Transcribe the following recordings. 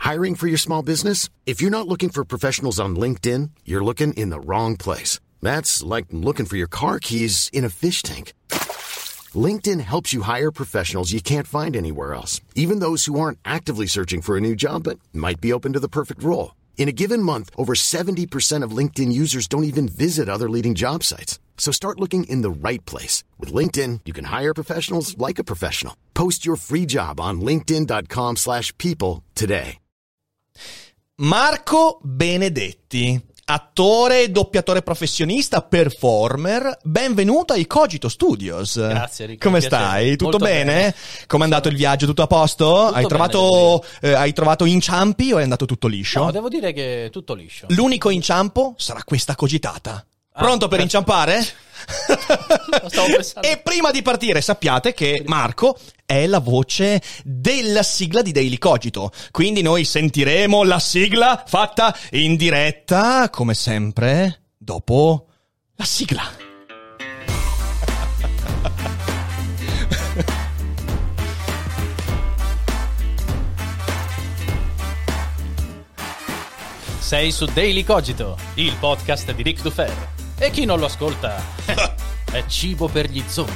Hiring for your small business? If you're not looking for professionals on LinkedIn, you're looking in the wrong place. That's like looking for your car keys in a fish tank. LinkedIn helps you hire professionals you can't find anywhere else, even those who aren't actively searching for a new job but might be open to the perfect role. In a given month, over 70% of LinkedIn users don't even visit other leading job sites. So start looking in the right place. With LinkedIn, you can hire professionals like a professional. Post your free job on linkedin.com/people today. Marco Benedetti, attore, doppiatore professionista, performer, benvenuto ai Cogito Studios. Grazie Ricco. Come stai? Tutto bene? Come è andato il viaggio? Tutto a posto? Tutto Hai trovato inciampi o è andato tutto liscio? No, devo dire che è tutto liscio. L'unico inciampo sarà questa cogitata. Pronto per inciampare? Stavo pensando. E prima di partire sappiate che Marco è la voce della sigla di Daily Cogito, quindi noi sentiremo la sigla fatta in diretta, come sempre, dopo la sigla. Sei su Daily Cogito, il podcast di Ric Dufer. E chi non lo ascolta è cibo per gli zombie.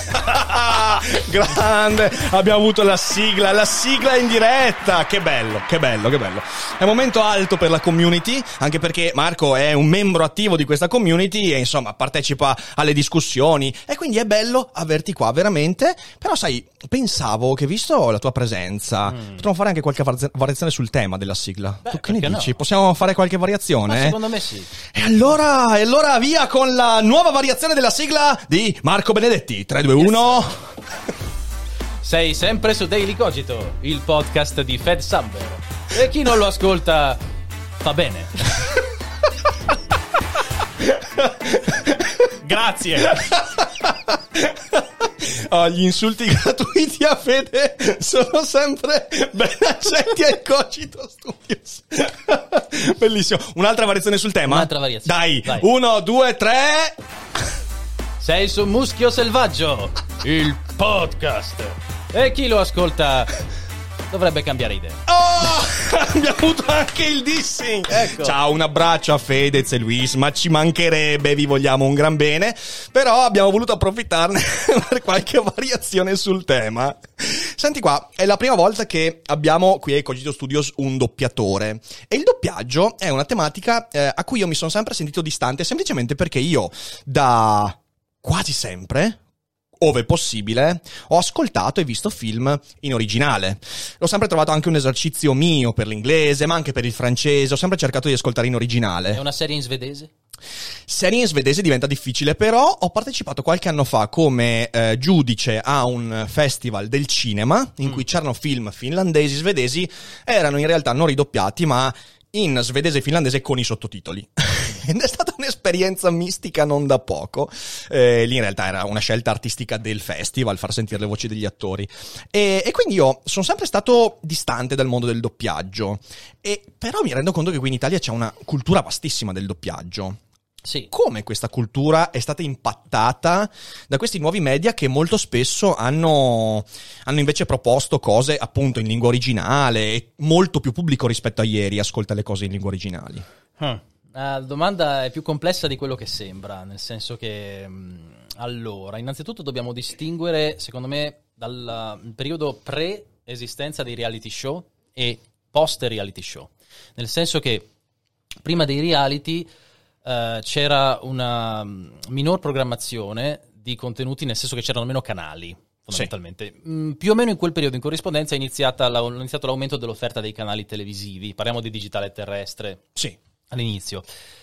Grande, abbiamo avuto la sigla in diretta. Che bello. È un momento alto per la community, anche perché Marco è un membro attivo di questa community e insomma partecipa alle discussioni e quindi è bello averti qua veramente. Però sai, pensavo che visto la tua presenza potremmo fare anche qualche variazione sul tema della sigla. Tu che ne dici? No? Possiamo fare qualche variazione? Ma secondo me sì. E allora via con la nuova variazione della sigla di Marco Benedetti. 3, 2, 1. Sei sempre su Daily Cogito, il podcast di Fed Summer. E chi non lo ascolta fa bene. Grazie. Gli insulti gratuiti a Fede sono sempre ben accetti ai Cogito Studios. Bellissimo. Un'altra variazione sul tema? Un'altra variazione. Dai. 1, 2, 3. Sei su Muschio Selvaggio, il podcast. E chi lo ascolta dovrebbe cambiare idea. Oh, abbiamo avuto anche il dissing. Ecco. Ciao, un abbraccio a Fedez e Luis, ma ci mancherebbe, vi vogliamo un gran bene. Però abbiamo voluto approfittarne per qualche variazione sul tema. Senti qua, è la prima volta che abbiamo qui ai Cogito Studios un doppiatore. E il doppiaggio è una tematica a cui io mi sono sempre sentito distante, semplicemente perché io da quasi sempre, ove possibile, ho ascoltato e visto film in originale. L'ho sempre trovato anche un esercizio mio per l'inglese, ma anche per il francese. Ho sempre cercato di ascoltare in originale. È una serie in svedese? Serie in svedese diventa difficile, però ho partecipato qualche anno fa come giudice a un festival del cinema in cui c'erano film finlandesi, svedesi, erano in realtà non ridoppiati, ma in svedese e finlandese con i sottotitoli. Ed è stata un'esperienza mistica non da poco. Lì in realtà era una scelta artistica del festival, far sentire le voci degli attori. E quindi io sono sempre stato distante dal mondo del doppiaggio. Però mi rendo conto che qui in Italia c'è una cultura vastissima del doppiaggio. Sì. Come questa cultura è stata impattata da questi nuovi media che molto spesso hanno invece proposto cose appunto in lingua originale e molto più pubblico rispetto a ieri ascolta le cose in lingua originali? La domanda è più complessa di quello che sembra, nel senso che allora, innanzitutto dobbiamo distinguere, secondo me, dal periodo pre-esistenza dei reality show e post-reality show. Nel senso che prima dei reality c'era una minor programmazione di contenuti, nel senso che c'erano meno canali, fondamentalmente. Sì. Più o meno in quel periodo, in corrispondenza, è iniziato l'aumento dell'offerta dei canali televisivi. Parliamo di digitale terrestre. Sì. All'inizio.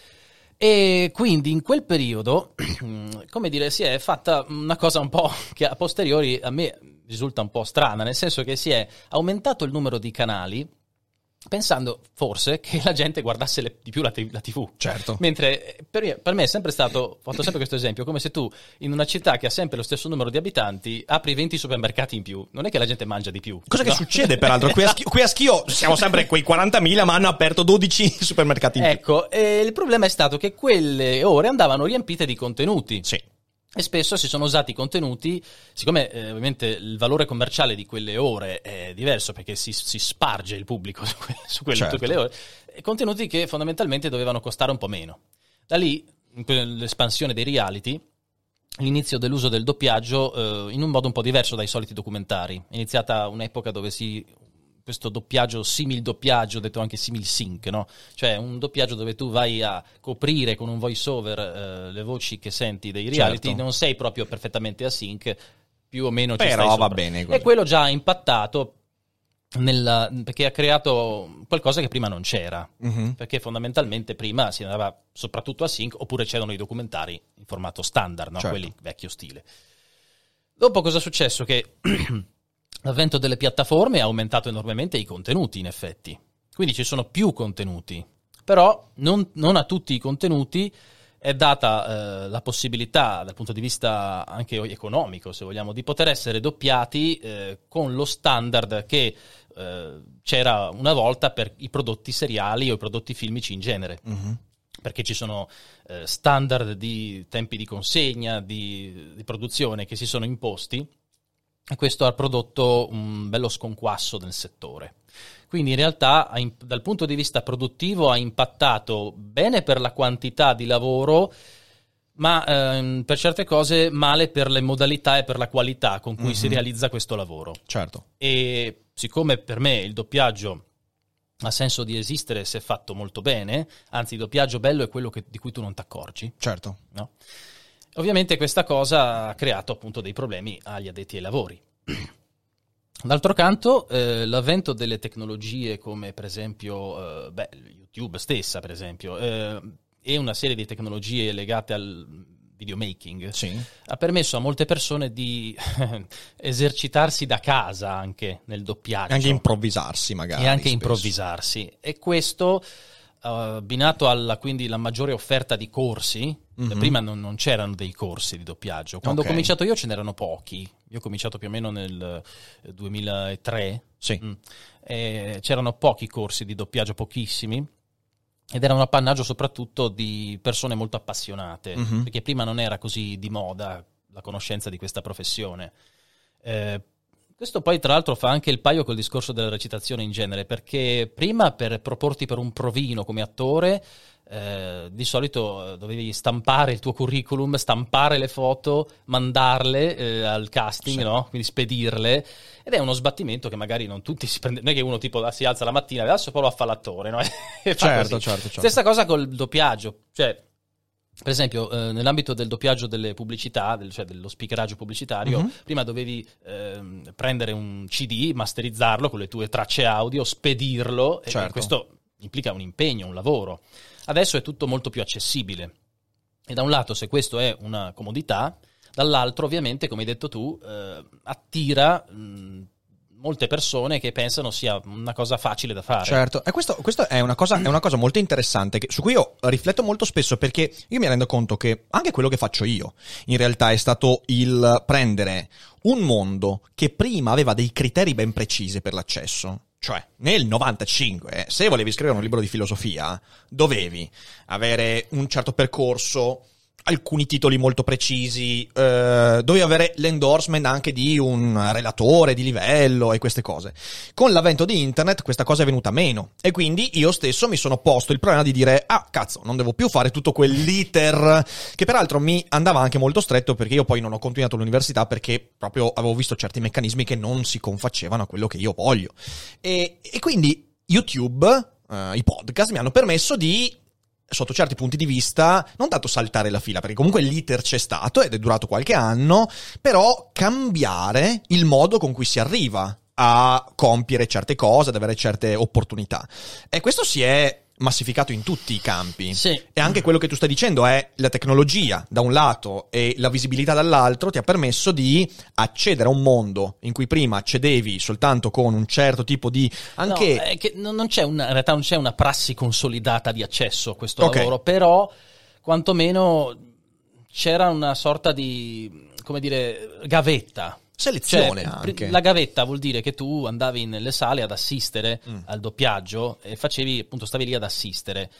E quindi in quel periodo, come dire, si è fatta una cosa un po' che a posteriori a me risulta un po' strana, nel senso che si è aumentato il numero di canali pensando forse che la gente guardasse di più la TV. Certo. Mentre per me è sempre stato, ho fatto sempre questo esempio, come se tu in una città che ha sempre lo stesso numero di abitanti apri 20 supermercati in più. Non è che la gente mangia di più. Cosa che succede peraltro? Qui a Schio siamo sempre quei 40.000, ma hanno aperto 12 supermercati in più. Ecco, il problema è stato che quelle ore andavano riempite di contenuti. Sì. E spesso si sono usati contenuti, siccome ovviamente il valore commerciale di quelle ore è diverso perché si sparge il pubblico su quelle ore, contenuti che fondamentalmente dovevano costare un po' meno. Da lì, l'espansione dei reality, l'inizio dell'uso del doppiaggio in un modo un po' diverso dai soliti documentari. È iniziata un'epoca dove questo doppiaggio, simil doppiaggio, detto anche simil sync, no? Cioè un doppiaggio dove tu vai a coprire con un voice over le voci che senti dei reality, certo. non sei proprio perfettamente a sync, più o meno ci però stai va sopra. bene così. E quello già ha impattato perché ha creato qualcosa che prima non c'era, perché fondamentalmente prima si andava soprattutto a sync, oppure c'erano i documentari in formato standard, no? Certo. Quelli vecchio stile. Dopo cosa è successo? Che l'avvento delle piattaforme ha aumentato enormemente i contenuti, in effetti. Quindi ci sono più contenuti. Però non a tutti i contenuti è data la possibilità, dal punto di vista anche economico, se vogliamo, di poter essere doppiati con lo standard che c'era una volta per i prodotti seriali o i prodotti filmici in genere. Perché ci sono standard di tempi di consegna, di produzione che si sono imposti, e questo ha prodotto un bello sconquasso nel settore. Quindi in realtà dal punto di vista produttivo ha impattato bene per la quantità di lavoro, ma per certe cose male per le modalità e per la qualità con cui si realizza questo lavoro. Certo. E siccome per me il doppiaggio ha senso di esistere se fatto molto bene, anzi il doppiaggio bello è quello di cui tu non ti accorgi. Certo. No? Ovviamente questa cosa ha creato appunto dei problemi agli addetti ai lavori. D'altro canto, l'avvento delle tecnologie come per esempio YouTube stessa, per esempio, e una serie di tecnologie legate al videomaking, sì, ha permesso a molte persone di esercitarsi da casa anche nel doppiaggio. E anche improvvisarsi magari. E anche spesso. improvvisarsi. E questo, abbinato alla quindi la maggiore offerta di corsi, prima non c'erano dei corsi di doppiaggio. Quando ho cominciato io ce n'erano pochi. Io ho cominciato più o meno nel 2003. Sì. C'erano pochi corsi di doppiaggio, pochissimi. Ed era un appannaggio soprattutto di persone molto appassionate, perché prima non era così di moda la conoscenza di questa professione. Questo poi tra l'altro fa anche il paio col discorso della recitazione in genere, perché prima per proporti per un provino come attore di solito dovevi stampare il tuo curriculum, stampare le foto, mandarle al casting, sì, no? Quindi spedirle, ed è uno sbattimento che magari non tutti si prende, non è che uno tipo si alza la mattina adesso poi lo fa l'attore, no? Certo. Stessa cosa col doppiaggio, cioè per esempio nell'ambito del doppiaggio delle pubblicità, cioè dello speakeraggio pubblicitario, prima dovevi prendere un CD, masterizzarlo con le tue tracce audio, spedirlo, certo, e questo implica un impegno, un lavoro. Adesso è tutto molto più accessibile, e da un lato, se questo è una comodità, dall'altro ovviamente, come hai detto tu, attira molte persone che pensano sia una cosa facile da fare. Certo, e questo è una cosa molto interessante su cui io rifletto molto spesso, perché io mi rendo conto che anche quello che faccio io in realtà è stato il prendere un mondo che prima aveva dei criteri ben precisi per l'accesso. Cioè, nel 95, se volevi scrivere un libro di filosofia, dovevi avere un certo percorso, alcuni titoli molto precisi, dovevi avere l'endorsement anche di un relatore di livello e queste cose. Con l'avvento di internet questa cosa è venuta meno, e quindi io stesso mi sono posto il problema di dire cazzo, non devo più fare tutto quell'iter, che peraltro mi andava anche molto stretto, perché io poi non ho continuato l'università perché proprio avevo visto certi meccanismi che non si confacevano a quello che io voglio, e quindi YouTube, i podcast mi hanno permesso di, sotto certi punti di vista, non tanto saltare la fila, perché comunque l'iter c'è stato ed è durato qualche anno, però cambiare il modo con cui si arriva a compiere certe cose, ad avere certe opportunità. E questo si è massificato in tutti i campi. Sì. E anche quello che tu stai dicendo è la tecnologia da un lato e la visibilità dall'altro ti ha permesso di accedere a un mondo in cui prima accedevi soltanto con un certo tipo di anche no, è che non c'è in realtà non c'è una prassi consolidata di accesso a questo lavoro, però quantomeno c'era una sorta di, come dire, gavetta. Selezione, cioè, anche. La gavetta vuol dire che tu andavi nelle sale ad assistere al doppiaggio e facevi, appunto, stavi lì ad assistere.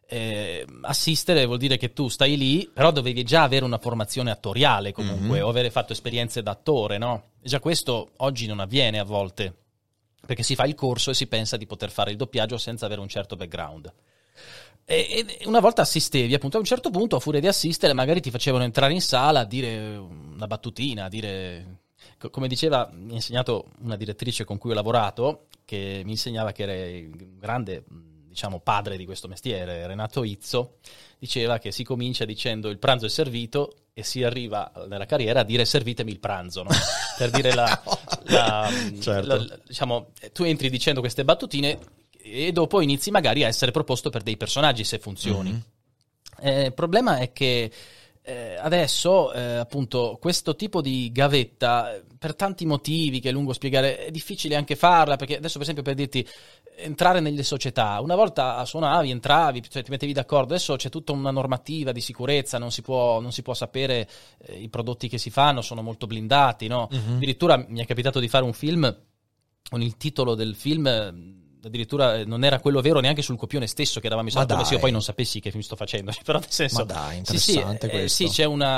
assistere vuol dire che tu stai lì, però dovevi già avere una formazione attoriale comunque, o avere fatto esperienze da attore, no? E già questo oggi non avviene a volte, perché si fa il corso e si pensa di poter fare il doppiaggio senza avere un certo background. E una volta assistevi, appunto, a un certo punto, a furia di assistere, magari ti facevano entrare in sala a dire una battutina, a dire... Come diceva, mi ha insegnato una direttrice con cui ho lavorato, che mi insegnava, che era il grande, diciamo, padre di questo mestiere, Renato Izzo, diceva che si comincia dicendo il pranzo è servito e si arriva nella carriera a dire servitemi il pranzo, no? Per dire Certo. diciamo, tu entri dicendo queste battutine e dopo inizi magari a essere proposto per dei personaggi se funzioni. Il problema è che adesso appunto questo tipo di gavetta, per tanti motivi che è lungo spiegare, è difficile anche farla, perché adesso per esempio, per dirti, entrare nelle società, una volta suonavi, entravi, cioè ti mettevi d'accordo, adesso c'è tutta una normativa di sicurezza, non si può sapere, i prodotti che si fanno sono molto blindati, no? Addirittura mi è capitato di fare un film con il titolo del film, addirittura non era quello vero neanche sul copione stesso che eravamo usati, come se io poi non sapessi che film sto facendo, però nel senso, Ma dai, interessante questo. sì,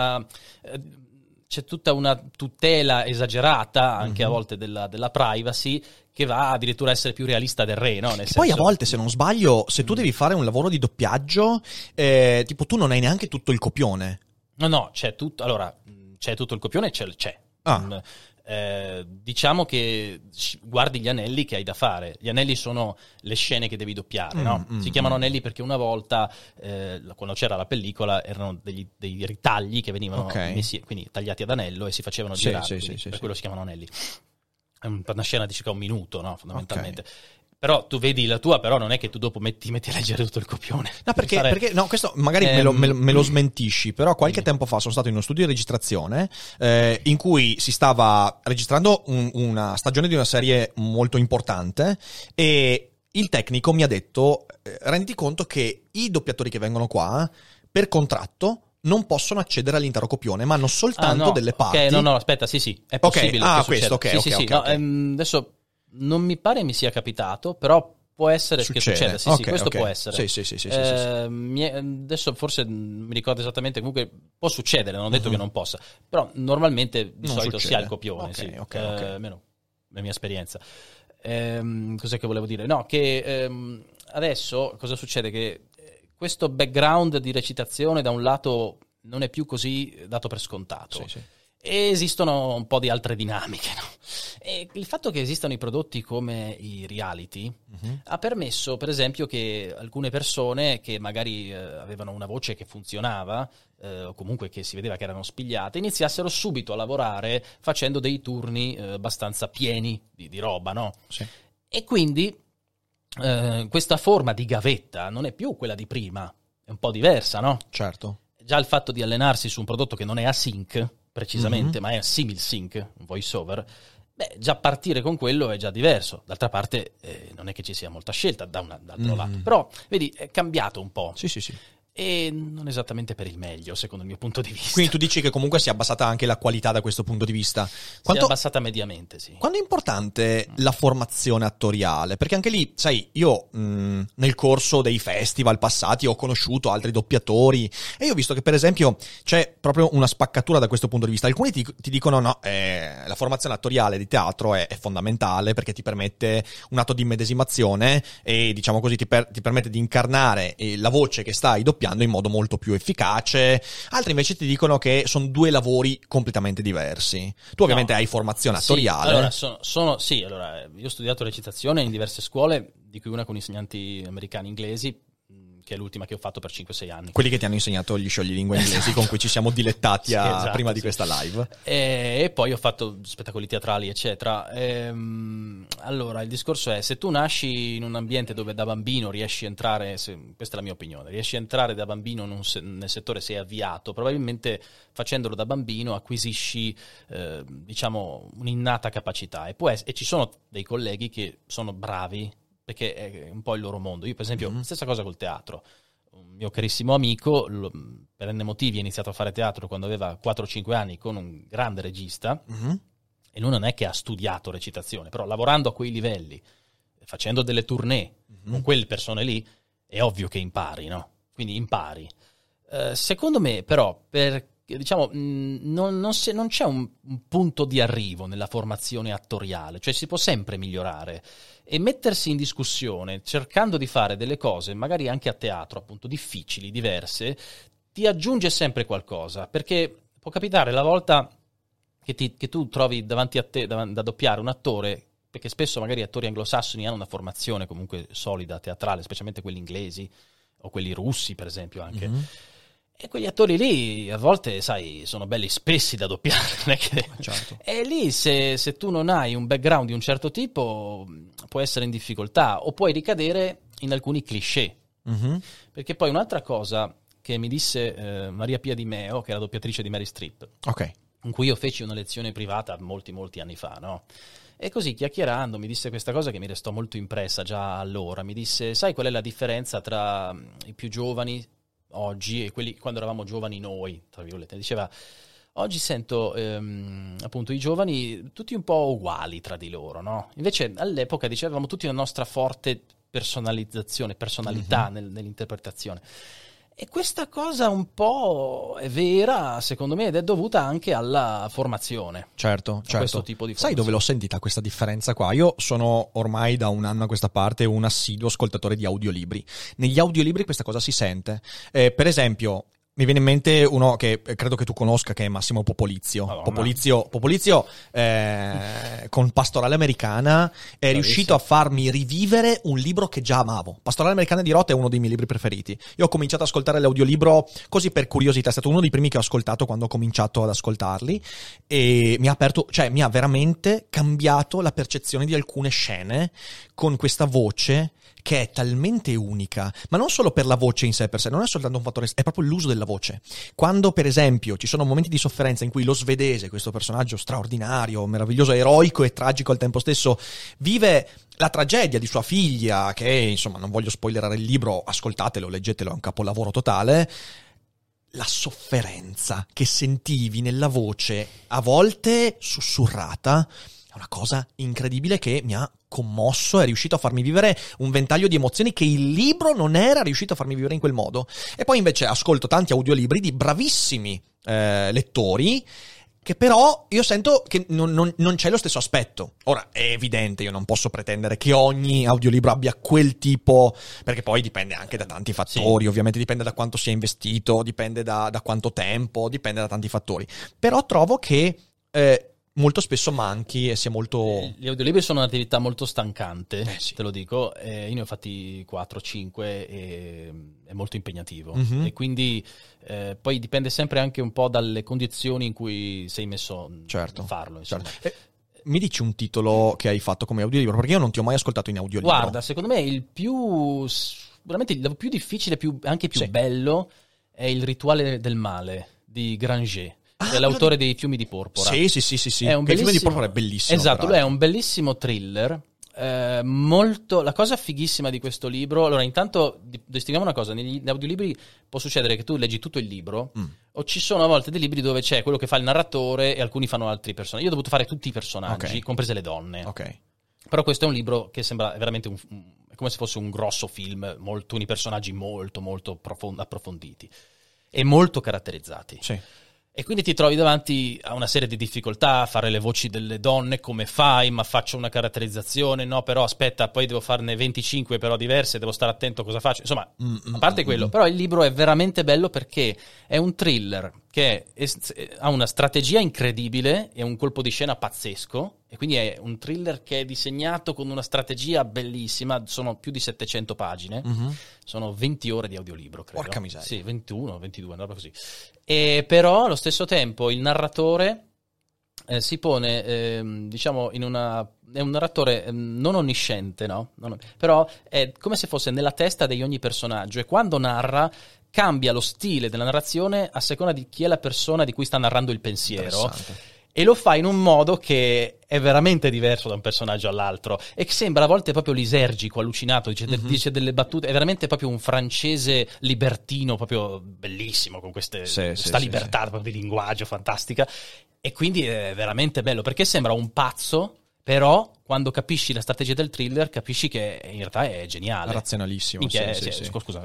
c'è tutta una tutela esagerata anche a volte della privacy, che va addirittura a essere più realista del re, no? Nel senso... Poi a volte, se non sbaglio, se tu devi fare un lavoro di doppiaggio, tipo tu non hai neanche tutto il copione. No, c'è tutto, allora, c'è tutto il copione, c'è. Diciamo che guardi gli anelli che hai da fare. Gli anelli sono le scene che devi doppiare, no? Si chiamano anelli perché una volta, quando c'era la pellicola, erano dei ritagli che venivano messi, quindi tagliati ad anello, e si facevano girare, per quello si chiamano anelli. È una scena di circa un minuto, no? Fondamentalmente. Però tu vedi la tua, però non è che tu dopo ti metti a leggere tutto il copione. No, perché no, questo magari me lo smentisci, però qualche tempo fa sono stato in uno studio di registrazione in cui si stava registrando una stagione di una serie molto importante, e il tecnico mi ha detto, rendi conto che i doppiatori che vengono qua, per contratto, non possono accedere all'intero copione, ma hanno soltanto delle parti. Ok, no, aspetta, sì, è possibile che questo, succeda. Sì, adesso non mi pare mi sia capitato, però può essere che succeda. Sì, questo può essere. Sì. Adesso forse non mi ricordo esattamente, comunque può succedere, non ho detto che non possa, però normalmente di solito si ha il copione, almeno la mia esperienza. Cos'è che volevo dire? No, che adesso cosa succede? Che questo background di recitazione da un lato non è più così dato per scontato. E esistono un po' di altre dinamiche, no? E il fatto che esistano i prodotti come i reality ha permesso, per esempio, che alcune persone che magari avevano una voce che funzionava, o comunque che si vedeva che erano spigliate, iniziassero subito a lavorare facendo dei turni abbastanza pieni di roba, no? Sì. E quindi questa forma di gavetta non è più quella di prima, è un po' diversa, no? Certo. Già il fatto di allenarsi su un prodotto che non è async, precisamente, ma è simil sync, un voice over, già partire con quello è già diverso. D'altra parte non è che ci sia molta scelta dall'altro lato, però vedi, è cambiato un po'. Sì. E non esattamente per il meglio, secondo il mio punto di vista. Quindi tu dici che comunque si è abbassata anche la qualità da questo punto di vista? Si è abbassata mediamente, sì. Quanto è importante la formazione attoriale? Perché anche lì, sai, io nel corso dei festival passati ho conosciuto altri doppiatori, e io ho visto che, per esempio, c'è proprio una spaccatura da questo punto di vista. Alcuni ti dicono no, la formazione attoriale di teatro è fondamentale, perché ti permette un atto di immedesimazione e, diciamo così, ti permette di incarnare la voce che stai doppiando in modo molto più efficace. Altri invece ti dicono che sono due lavori completamente diversi. Tu ovviamente hai formazione attoriale. Allora, io ho studiato recitazione in diverse scuole, di cui una con insegnanti americani inglesi, che è l'ultima che ho fatto per 5-6 anni. Quelli che ti hanno insegnato gli scioglilingua inglesi con cui ci siamo dilettati prima di questa live. E poi ho fatto spettacoli teatrali, eccetera. Allora, il discorso è, se tu nasci in un ambiente dove da bambino riesci a entrare, questa è la mia opinione, riesci a entrare da bambino nel settore, sei avviato, probabilmente facendolo da bambino acquisisci, diciamo, un'innata capacità. E ci sono dei colleghi che sono bravi, perché è un po' il loro mondo. Io, per esempio, stessa cosa col teatro. Un mio carissimo amico, per N motivi, ha iniziato a fare teatro quando aveva 4-5 anni con un grande regista, e lui non è che ha studiato recitazione, però lavorando a quei livelli, facendo delle tournée con quelle persone lì, è ovvio che impari, no? quindi impari. Secondo me, però, diciamo, non c'è un punto di arrivo nella formazione attoriale, cioè si può sempre migliorare e mettersi in discussione cercando di fare delle cose, magari anche a teatro, appunto, difficili, diverse, ti aggiunge sempre qualcosa, perché può capitare la volta che tu trovi davanti a te da doppiare un attore, perché spesso magari attori anglosassoni hanno una formazione comunque solida teatrale, specialmente quelli inglesi o quelli russi, per esempio, anche. Mm-hmm. E quegli attori lì a volte, sai, sono belli spessi da doppiare, non è che... Certo. E lì se tu non hai un background di un certo tipo puoi essere in difficoltà o puoi ricadere in alcuni cliché. Mm-hmm. Perché poi un'altra cosa che mi disse Maria Pia Di Meo, che è la doppiatrice di Mary Streep, ok, con cui io feci una lezione privata molti anni fa, no? E così chiacchierando mi disse questa cosa che mi restò molto impressa già allora. Mi disse, sai qual è la differenza tra i più giovani oggi e quelli quando eravamo giovani noi, tra virgolette? Diceva, oggi sento appunto i giovani tutti un po' uguali tra di loro, no? Invece all'epoca dicevamo tutti la nostra forte personalità nell'interpretazione. E questa cosa un po' è vera, secondo me, ed è dovuta anche alla formazione. Certo. Questo tipo di formazione. Sai dove l'ho sentita questa differenza qua? Io sono ormai da un anno a questa parte un assiduo ascoltatore di audiolibri. Negli audiolibri questa cosa si sente. Per esempio, mi viene in mente uno che credo che tu conosca, che è Massimo Popolizio. Popolizio con Pastorale Americana è riuscito a farmi rivivere un libro che già amavo. Pastorale Americana di Roth è uno dei miei libri preferiti. Io ho cominciato ad ascoltare l'audiolibro così per curiosità, è stato uno dei primi che ho ascoltato quando ho cominciato ad ascoltarli e mi ha veramente cambiato la percezione di alcune scene con questa voce che è talmente unica, ma non solo per la voce in sé per sé, non è soltanto un fattore, è proprio l'uso della voce. Quando, per esempio, ci sono momenti di sofferenza in cui lo svedese, questo personaggio straordinario, meraviglioso, eroico e tragico al tempo stesso, vive la tragedia di sua figlia, che insomma, non voglio spoilerare il libro, ascoltatelo, leggetelo, è un capolavoro totale. La sofferenza che sentivi nella voce, a volte sussurrata, è una cosa incredibile che mi ha commosso, è riuscito a farmi vivere un ventaglio di emozioni che il libro non era riuscito a farmi vivere in quel modo. E poi invece ascolto tanti audiolibri di bravissimi lettori che però io sento che non c'è lo stesso aspetto. Ora, è evidente, io non posso pretendere che ogni audiolibro abbia quel tipo, perché poi dipende anche da tanti fattori, sì. Ovviamente dipende da quanto si è investito, dipende da quanto tempo, dipende da tanti fattori. Però trovo che molto spesso manchi e sia molto... Gli audiolibri sono un'attività molto stancante, sì. Te lo dico, io ne ho fatti 4-5 e è molto impegnativo. E quindi poi dipende sempre anche un po' dalle condizioni in cui sei messo a farlo. Certo. Mi dici un titolo che hai fatto come audiolibro? Perché io non ti ho mai ascoltato in audiolibro. Guarda, secondo me veramente il più difficile, anche più bello, è Il rituale del male di Granger. È l'autore dei Fiumi di Porpora. Sì. È un Fiumi di Porpora è bellissimo. Esatto, lui è un bellissimo thriller. La cosa fighissima di questo libro, allora intanto distinguiamo una cosa, negli audiolibri può succedere che tu leggi tutto il libro o ci sono a volte dei libri dove c'è quello che fa il narratore e alcuni fanno altri personaggi. Io ho dovuto fare tutti i personaggi, comprese le donne. Ok. Però questo è un libro che sembra veramente è come se fosse un grosso film, alcuni personaggi molto approfonditi e molto caratterizzati. Sì. E quindi ti trovi davanti a una serie di difficoltà, fare le voci delle donne, come fai? Ma faccio una caratterizzazione? No, però aspetta, poi devo farne 25 però diverse, devo stare attento a cosa faccio. Insomma, a parte quello, però il libro è veramente bello perché è un thriller che ha una strategia incredibile e un colpo di scena pazzesco, e quindi è un thriller che è disegnato con una strategia bellissima. Sono più di 700 pagine, sono 20 ore di audiolibro, credo. Porca miseria. Sì, 21, 22, una roba così. E però allo stesso tempo il narratore si pone, diciamo, è un narratore non onnisciente, no? Però è come se fosse nella testa di ogni personaggio, e quando narra cambia lo stile della narrazione a seconda di chi è la persona di cui sta narrando il pensiero. E lo fa in un modo che è veramente diverso da un personaggio all'altro e che sembra a volte proprio lisergico, allucinato, dice delle battute, è veramente proprio un francese libertino, proprio bellissimo, con questa libertà proprio di linguaggio fantastica, e quindi è veramente bello perché sembra un pazzo, però quando capisci la strategia del thriller, capisci che in realtà è geniale. Razionalissimo. Minchia, sì. Scusa.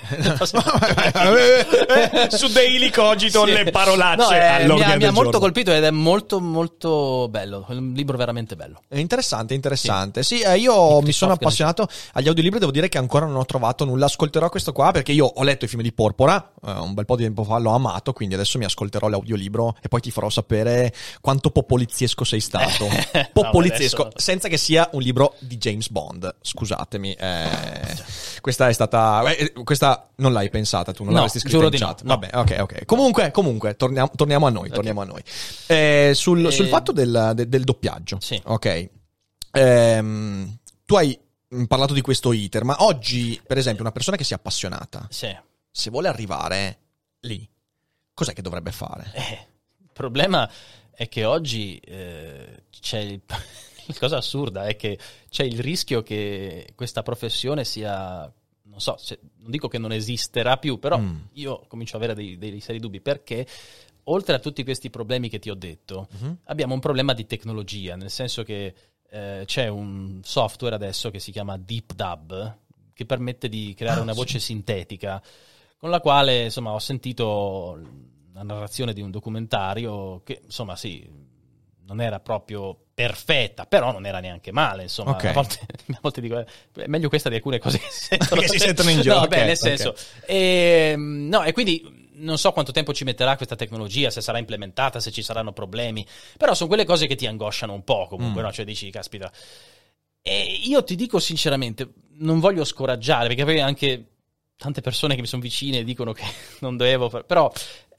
Su Daily Cogito Sì. le parolacce No, all'ordine mi del ha molto giorno. colpito ed è molto molto bello. È un libro veramente bello. È interessante. Sì, io mi sono Christoph appassionato agli audiolibri, devo dire che ancora non ho trovato nulla. Ascolterò questo qua perché io ho letto i film di Porpora, un bel po' di tempo fa l'ho amato, quindi adesso mi ascolterò l'audiolibro e poi ti farò sapere quanto popoliziesco sei stato. Popoliziesco, adesso- senza che sia un libro di James Bond, scusatemi. Questa è stata... questa non l'hai pensata tu, non No, l'avresti scritta giuro in di no, chat. no. Vabbè, ok. Comunque, torniamo a noi, sul fatto del doppiaggio. Sì. Ok. Tu hai parlato di questo iter, ma oggi, per esempio, una persona che si è appassionata, Sì. se vuole arrivare lì, cos'è che dovrebbe fare? Il problema è che oggi c'è la cosa assurda è che c'è il rischio che questa professione sia, non so, non dico che non esisterà più, però io comincio ad avere dei seri dubbi, perché oltre a tutti questi problemi che ti ho detto, abbiamo un problema di tecnologia, nel senso che c'è un software adesso che si chiama Deep Dub, che permette di creare una voce sintetica, con la quale, insomma, ho sentito la narrazione di un documentario che, insomma, sì, non era proprio perfetta, però non era neanche male, insomma. Ok. A volte dico, è meglio questa di alcune cose che si sentono, Che si sentono in giro, No, ok, beh, nel ok. senso. E quindi non so quanto tempo ci metterà questa tecnologia, se sarà implementata, se ci saranno problemi, però sono quelle cose che ti angosciano un po' comunque, no? Cioè dici, caspita. E io ti dico sinceramente, non voglio scoraggiare, perché poi anche tante persone che mi sono vicine dicono che non devo, però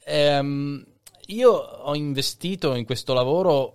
io ho investito in questo lavoro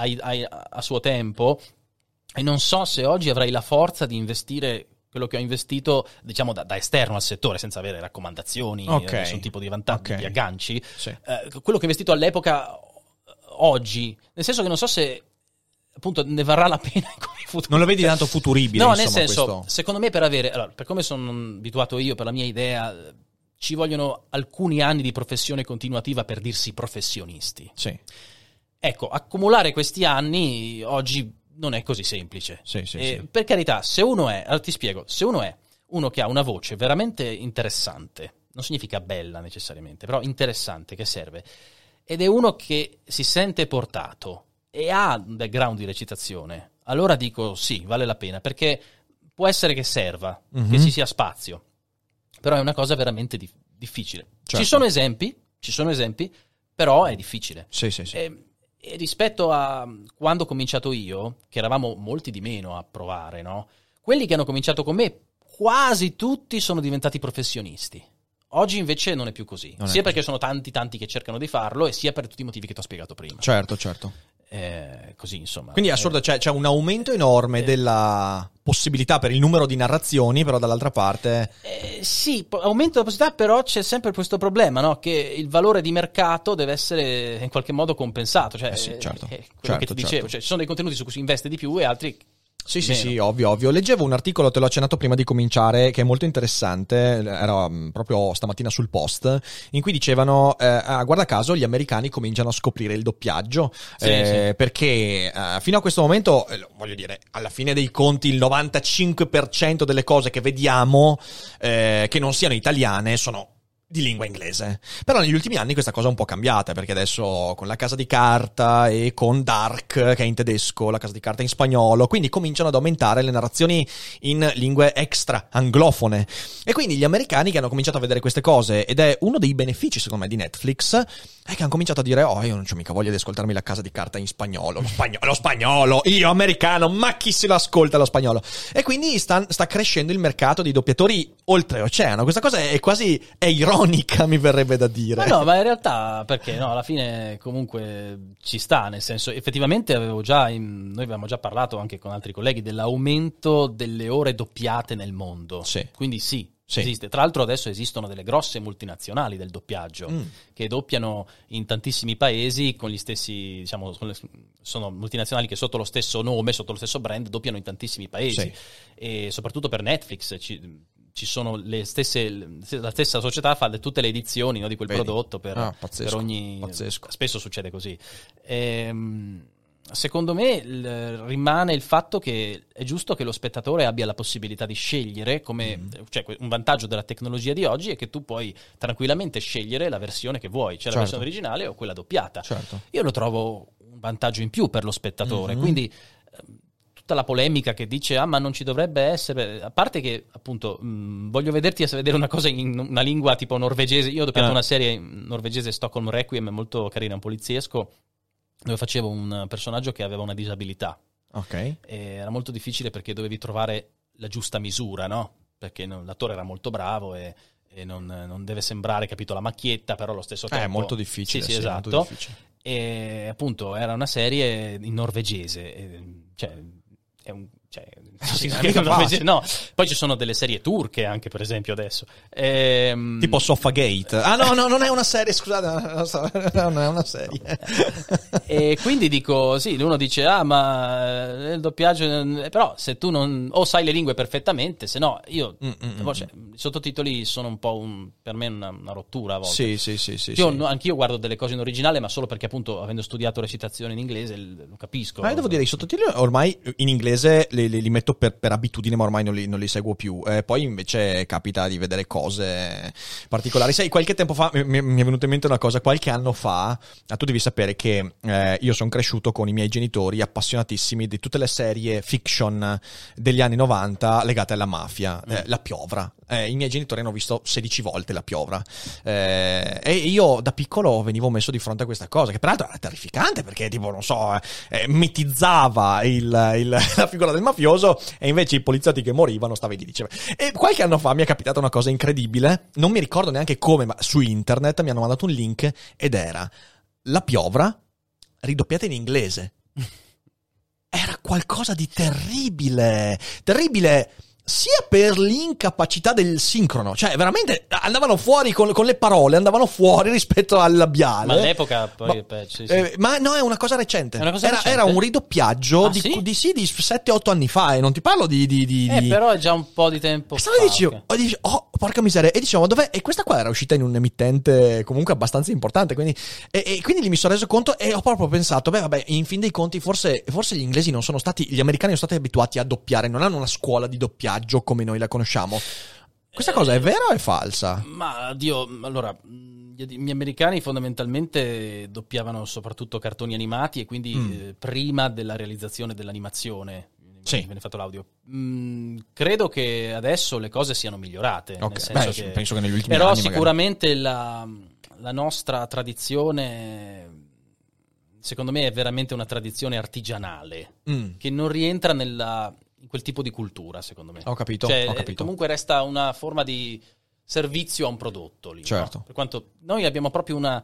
a suo tempo e non so se oggi avrei la forza di investire quello che ho investito, diciamo, da esterno al settore, senza avere raccomandazioni, nessun tipo di vantaggi, di agganci. Sì. Quello che ho investito all'epoca, oggi, nel senso che non so se appunto ne varrà la pena in futuro. Non lo vedi tanto futuribile, No, insomma, nel senso, questo... secondo me per come sono abituato io, per la mia idea, ci vogliono alcuni anni di professione continuativa per dirsi professionisti. Sì. Ecco, accumulare questi anni oggi non è così semplice. Sì. Per carità, se uno è, allora ti spiego, se uno è uno che ha una voce veramente interessante, non significa bella necessariamente, però interessante, che serve, ed è uno che si sente portato e ha un background di recitazione, allora dico sì, vale la pena, perché può essere che serva, che ci sia spazio, però è una cosa veramente difficile. Certo. Ci sono esempi, però è difficile. Sì. E rispetto a quando ho cominciato io, che eravamo molti di meno a provare, no? Quelli che hanno cominciato con me, quasi tutti sono diventati professionisti. Oggi invece non è più così, sia perché sono tanti che cercano di farlo, e sia per tutti i motivi che ti ho spiegato prima. Certo. Così, insomma. Quindi è assurdo, c'è un aumento enorme della possibilità per il numero di narrazioni, però dall'altra parte... Sì, aumenta la possibilità, però c'è sempre questo problema, no? Che il valore di mercato deve essere in qualche modo compensato. Cioè, sì, certo. Quello che ti dicevo, cioè, ci sono dei contenuti su cui si investe di più e altri... Sì, ovvio. Leggevo un articolo, te l'ho accennato prima di cominciare, che è molto interessante, era proprio stamattina sul Post, in cui dicevano, guarda caso, gli americani cominciano a scoprire il doppiaggio, perché fino a questo momento, voglio dire, alla fine dei conti il 95% delle cose che vediamo, che non siano italiane, sono di lingua inglese. Però negli ultimi anni questa cosa è un po' cambiata, perché adesso con La Casa di Carta e con Dark, che è in tedesco, La Casa di Carta in spagnolo, quindi cominciano ad aumentare le narrazioni in lingue extra anglofone, e quindi gli americani che hanno cominciato a vedere queste cose, ed è uno dei benefici secondo me di Netflix, è che hanno cominciato a dire io non c'ho mica voglia di ascoltarmi La Casa di Carta in spagnolo, lo spagnolo, io americano, ma chi se lo ascolta lo spagnolo? E quindi sta crescendo il mercato di doppiatori oltreoceano. Questa cosa è ironica, mi verrebbe da dire. Ma in realtà, perché no, alla fine comunque ci sta, nel senso, effettivamente noi avevamo già parlato anche con altri colleghi dell'aumento delle ore doppiate nel mondo. Sì. Quindi sì. Esiste. Tra l'altro adesso esistono delle grosse multinazionali del doppiaggio che doppiano in tantissimi paesi con gli stessi, diciamo, sono multinazionali che sotto lo stesso nome, sotto lo stesso brand, doppiano in tantissimi paesi. Sì. E soprattutto per Netflix ci sono la stessa società fa tutte le edizioni, no, di quel prodotto per ogni... pazzesco. Spesso succede così. secondo me rimane il fatto che è giusto che lo spettatore abbia la possibilità di scegliere, cioè un vantaggio della tecnologia di oggi è che tu puoi tranquillamente scegliere la versione che vuoi, cioè la versione originale o quella doppiata. Certo. Io lo trovo un vantaggio in più per lo spettatore, quindi tutta la polemica che dice ma non ci dovrebbe essere, a parte che appunto voglio vederti a vedere una cosa in una lingua tipo norvegese. Io ho doppiato una serie in norvegese, Stockholm Requiem, molto carina, un poliziesco, dove facevo un personaggio che aveva una disabilità. Ok. E era molto difficile perché dovevi trovare la giusta misura, no? Perché l'attore era molto bravo e non deve sembrare, capito, la macchietta, però allo stesso tempo È molto difficile. Sì, sì, esatto. molto difficile. E appunto era una serie in norvegese, cioè è un norvegese, no. Poi ci sono delle serie turche anche, per esempio, adesso tipo Soffagate. No, non è una serie, scusate, non è una serie. E quindi dico, sì, uno dice ma il doppiaggio, però se tu non o sai le lingue perfettamente, se no io cioè, i sottotitoli sono un po' per me una rottura a volte. Sì. Anch'io guardo delle cose in originale, ma solo perché appunto avendo studiato recitazione in inglese lo capisco. Devo dire, i sottotitoli ormai in inglese li metto per abitudine, ma ormai non li seguo più. Poi invece capita di vedere cose particolari. Sai, qualche tempo fa mi è venuta in mente una cosa. Qualche anno fa, tu devi sapere che io sono cresciuto con i miei genitori appassionatissimi di tutte le serie fiction degli anni 90 legate alla mafia. La Piovra. I miei genitori hanno visto 16 volte La Piovra. E io da piccolo venivo messo di fronte a questa cosa, che peraltro era terrificante, perché tipo, non so, mitizzava la figura del mafioso, e invece i poliziotti che morivano stavi lì, diceva. E qualche anno fa mi è capitata una cosa incredibile, non mi ricordo neanche come, ma su internet mi hanno mandato un link ed era La Piovra ridoppiata in inglese. Era qualcosa di terribile sia per l'incapacità del sincrono, cioè veramente andavano fuori con le parole, andavano fuori rispetto al labiale. Ma all'epoca poi sì. Ma no, è una cosa recente. Era un ridoppiaggio di 7-8 anni fa, e non ti parlo di però è già un po' di tempo fa. Dicevo, porca miseria, e diciamo, dov'è? E questa qua era uscita in un emittente comunque abbastanza importante, quindi lì mi sono reso conto e ho proprio pensato, in fin dei conti forse gli inglesi non sono stati, gli americani non sono stati abituati a doppiare, non hanno una scuola di doppiaggio come noi la conosciamo. Questa cosa è vera o è falsa? Ma Dio, allora, gli americani fondamentalmente doppiavano soprattutto cartoni animati, e quindi prima della realizzazione dell'animazione viene fatto l'audio. Credo che adesso le cose siano migliorate, nel senso penso che negli ultimi però anni sicuramente la nostra tradizione, secondo me, è veramente una tradizione artigianale che non rientra in quel tipo di cultura, secondo me. Ho capito. Comunque resta una forma di servizio a un prodotto lì, certo. No? Per quanto noi abbiamo proprio una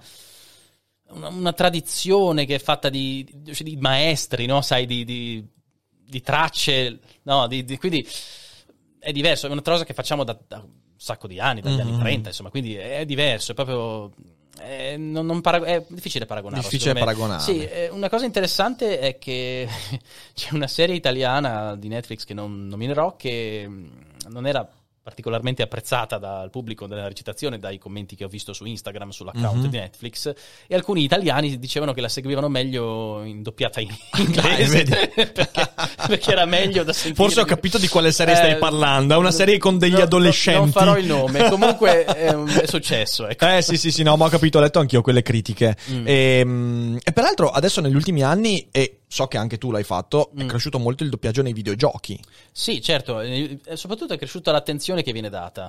tradizione che è fatta di maestri, no? Sai, di tracce, no? Quindi è diverso, è una cosa che facciamo da un sacco di anni, dagli anni 30, insomma, quindi è diverso, è proprio... è difficile paragonarlo. Sì, una cosa interessante è che c'è una serie italiana di Netflix che non nominerò, che non era particolarmente apprezzata dal pubblico della recitazione, dai commenti che ho visto su Instagram, sull'account di Netflix, e alcuni italiani dicevano che la seguivano meglio in doppiata in inglese, perché era meglio da sentire. Forse ho capito di quale serie stai parlando, è una serie con degli adolescenti. Non farò il nome, comunque è successo, ecco. Sì, no, ma ho capito, ho letto anch'io quelle critiche. E peraltro adesso negli ultimi anni, e so che anche tu l'hai fatto, è cresciuto molto il doppiaggio nei videogiochi. Sì, certo, soprattutto è cresciuta l'attenzione che viene data.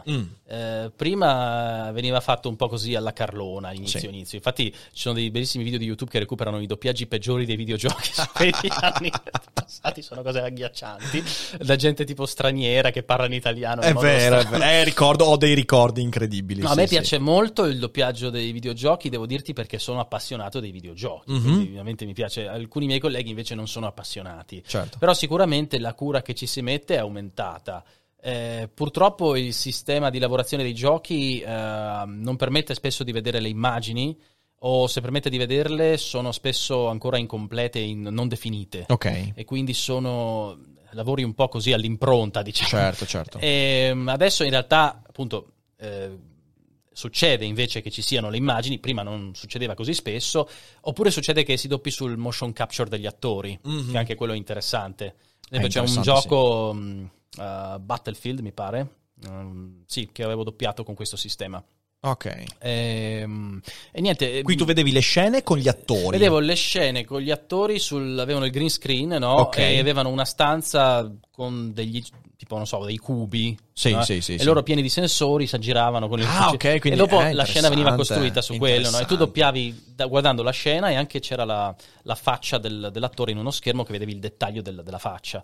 Prima veniva fatto un po' così alla Carlona, inizio. Infatti ci sono dei bellissimi video di YouTube che recuperano i doppiaggi peggiori dei videogiochi su quegli anni passati, sono cose agghiaccianti, da gente tipo straniera che parla in italiano. È vero. Ho dei ricordi incredibili. No, a me piace molto il doppiaggio dei videogiochi, devo dirti, perché sono appassionato dei videogiochi, quindi ovviamente mi piace. Alcuni miei colleghi invece non sono appassionati, certo. Però sicuramente la cura che ci si mette è aumentata. Purtroppo il sistema di lavorazione dei giochi non permette spesso di vedere le immagini, o se permette di vederle sono spesso ancora incomplete e non definite. Ok. E quindi sono lavori un po' così all'impronta, diciamo. Certo. E adesso in realtà appunto succede invece che ci siano le immagini, prima non succedeva così spesso, oppure succede che si doppi sul motion capture degli attori, che anche quello è interessante. C'è un gioco, Battlefield mi pare, sì, che avevo doppiato con questo sistema. Ok. E niente. Qui tu vedevi le scene con gli attori. Vedevo le scene con gli attori avevano il green screen, no? Okay. E avevano una stanza con degli, tipo, non so, dei cubi. Sì, no? sì, sì. E loro pieni di sensori si aggiravano con il ok, quindi e dopo la scena veniva costruita su quello, no? E tu interessante. doppiavi guardando la scena, e anche c'era la faccia dell'attore in uno schermo, che vedevi il dettaglio della faccia.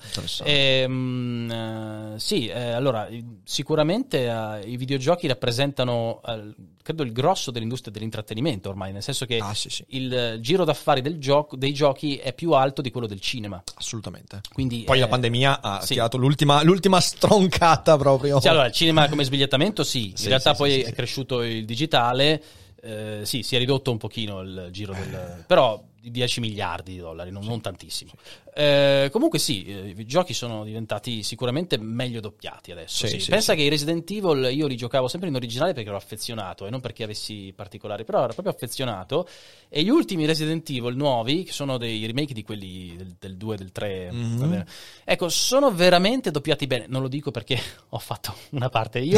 Allora sicuramente i videogiochi rappresentano credo il grosso dell'industria dell'intrattenimento ormai, nel senso che il giro d'affari dei giochi è più alto di quello del cinema. Assolutamente. Quindi poi la pandemia ha tirato l'ultima stroncata proprio. Sì, allora il cinema come sbigliettamento in realtà poi è cresciuto il digitale, si è ridotto un pochino il giro però di 10 miliardi di dollari, non tantissimo. Comunque i giochi sono diventati sicuramente meglio doppiati adesso. Pensa che i Resident Evil io li giocavo sempre in originale perché ero affezionato, e non perché avessi particolari, però ero proprio affezionato. E gli ultimi Resident Evil nuovi, che sono dei remake di quelli del 2 e del 3, ecco, sono veramente doppiati bene. Non lo dico perché ho fatto una parte io.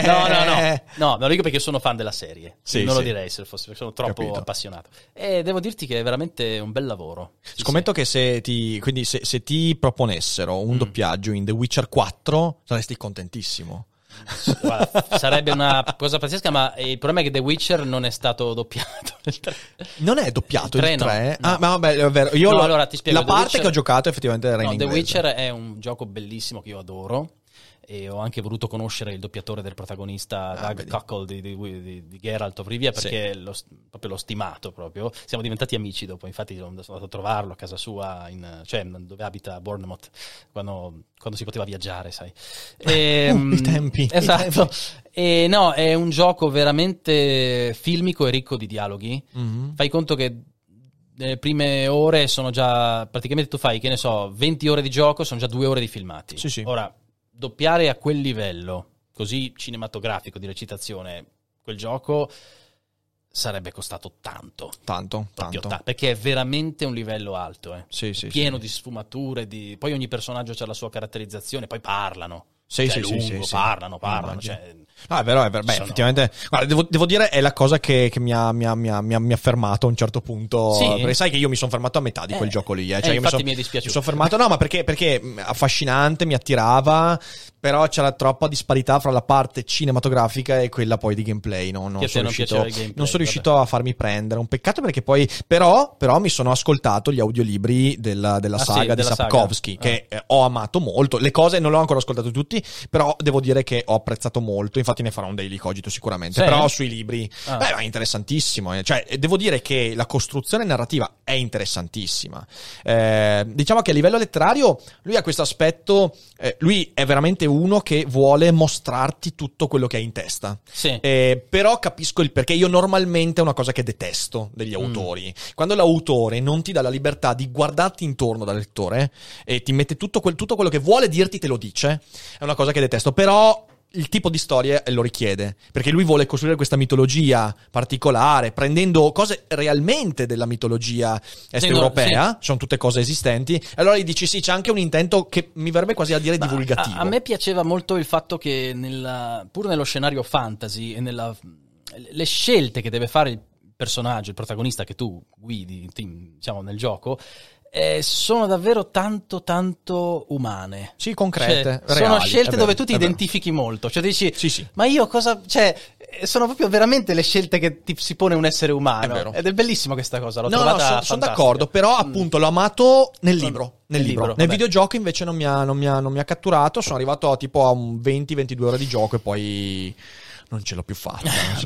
No, lo dico perché sono fan della serie. Non lo direi se fosse, perché sono troppo appassionato. E devo dirti che è veramente un bel lavoro. Scommetto che se ti proponessero un doppiaggio in The Witcher 4 saresti contentissimo. Guarda, sarebbe una cosa pazzesca, ma il problema è che The Witcher non è stato doppiato. Non è doppiato il 3? No. Ah, ma vabbè, è vero. Io allora ti spiego. La parte che ho giocato effettivamente era in The inglese. Witcher è un gioco bellissimo che io adoro, e ho anche voluto conoscere il doppiatore del protagonista Doug Cockle di Geralt of Rivia, perché proprio l'ho stimato proprio. Siamo diventati amici dopo, infatti sono andato a trovarlo a casa sua, cioè dove abita a Bournemouth, quando si poteva viaggiare, sai. I tempi. Esatto. E no, è un gioco veramente filmico e ricco di dialoghi. Fai conto che nelle prime ore sono già, praticamente tu fai, che ne so, 20 ore di gioco, sono già 2 ore di filmati. Ora, doppiare a quel livello così cinematografico di recitazione quel gioco sarebbe costato tanto, perché è veramente un livello alto, pieno di sfumature, poi ogni personaggio ha la sua caratterizzazione, poi parlano. Parlano. Cioè, no, è vero. Beh, effettivamente, guarda, devo dire, è la cosa che mi ha fermato a un certo punto. Perché sai che io mi sono fermato a metà di quel gioco lì. Cioè, infatti mi è dispiaciuto. Mi sono fermato, no, ma perché affascinante, mi attirava, però c'era troppa disparità fra la parte cinematografica e quella poi di gameplay. Non sono riuscito a farmi prendere. Un peccato, perché poi, però mi sono ascoltato gli audiolibri della saga di Sapkowski, che ho amato molto. Le cose non l'ho ancora ascoltato tutti, però devo dire che ho apprezzato molto. Infatti ne farò un daily cogito sicuramente. Però sui libri è interessantissimo. Cioè, devo dire che la costruzione narrativa è interessantissima. Diciamo che a livello letterario lui ha questo aspetto, lui è veramente uno che vuole mostrarti tutto quello che hai in testa. Però capisco il perché. Io normalmente è una cosa che detesto degli autori, quando l'autore non ti dà la libertà di guardarti intorno da lettore e ti mette tutto quello che vuole dirti, te lo dice. È una cosa che detesto, però il tipo di storia lo richiede, perché lui vuole costruire questa mitologia particolare, prendendo cose realmente della mitologia est europea, sono tutte cose esistenti. Allora gli dici c'è anche un intento che mi verrebbe quasi a dire divulgativo. A me piaceva molto il fatto che pur nello scenario fantasy e le scelte che deve fare il personaggio, il protagonista che tu guidi, diciamo, nel gioco, sono davvero tanto umane. Concrete, cioè, reali, sono scelte dove tu ti vero. identifichi molto. Cioè dici, sì. Ma io cosa... Cioè, sono proprio veramente le scelte che ti si pone un essere umano. Ed è bellissimo questa cosa. L'ho trovata sono d'accordo, però appunto l'ho amato nel libro. Nel videogioco invece non mi ha catturato. Sono arrivato tipo a un 20-22 ore di gioco e poi... non ce l'ho più fatta.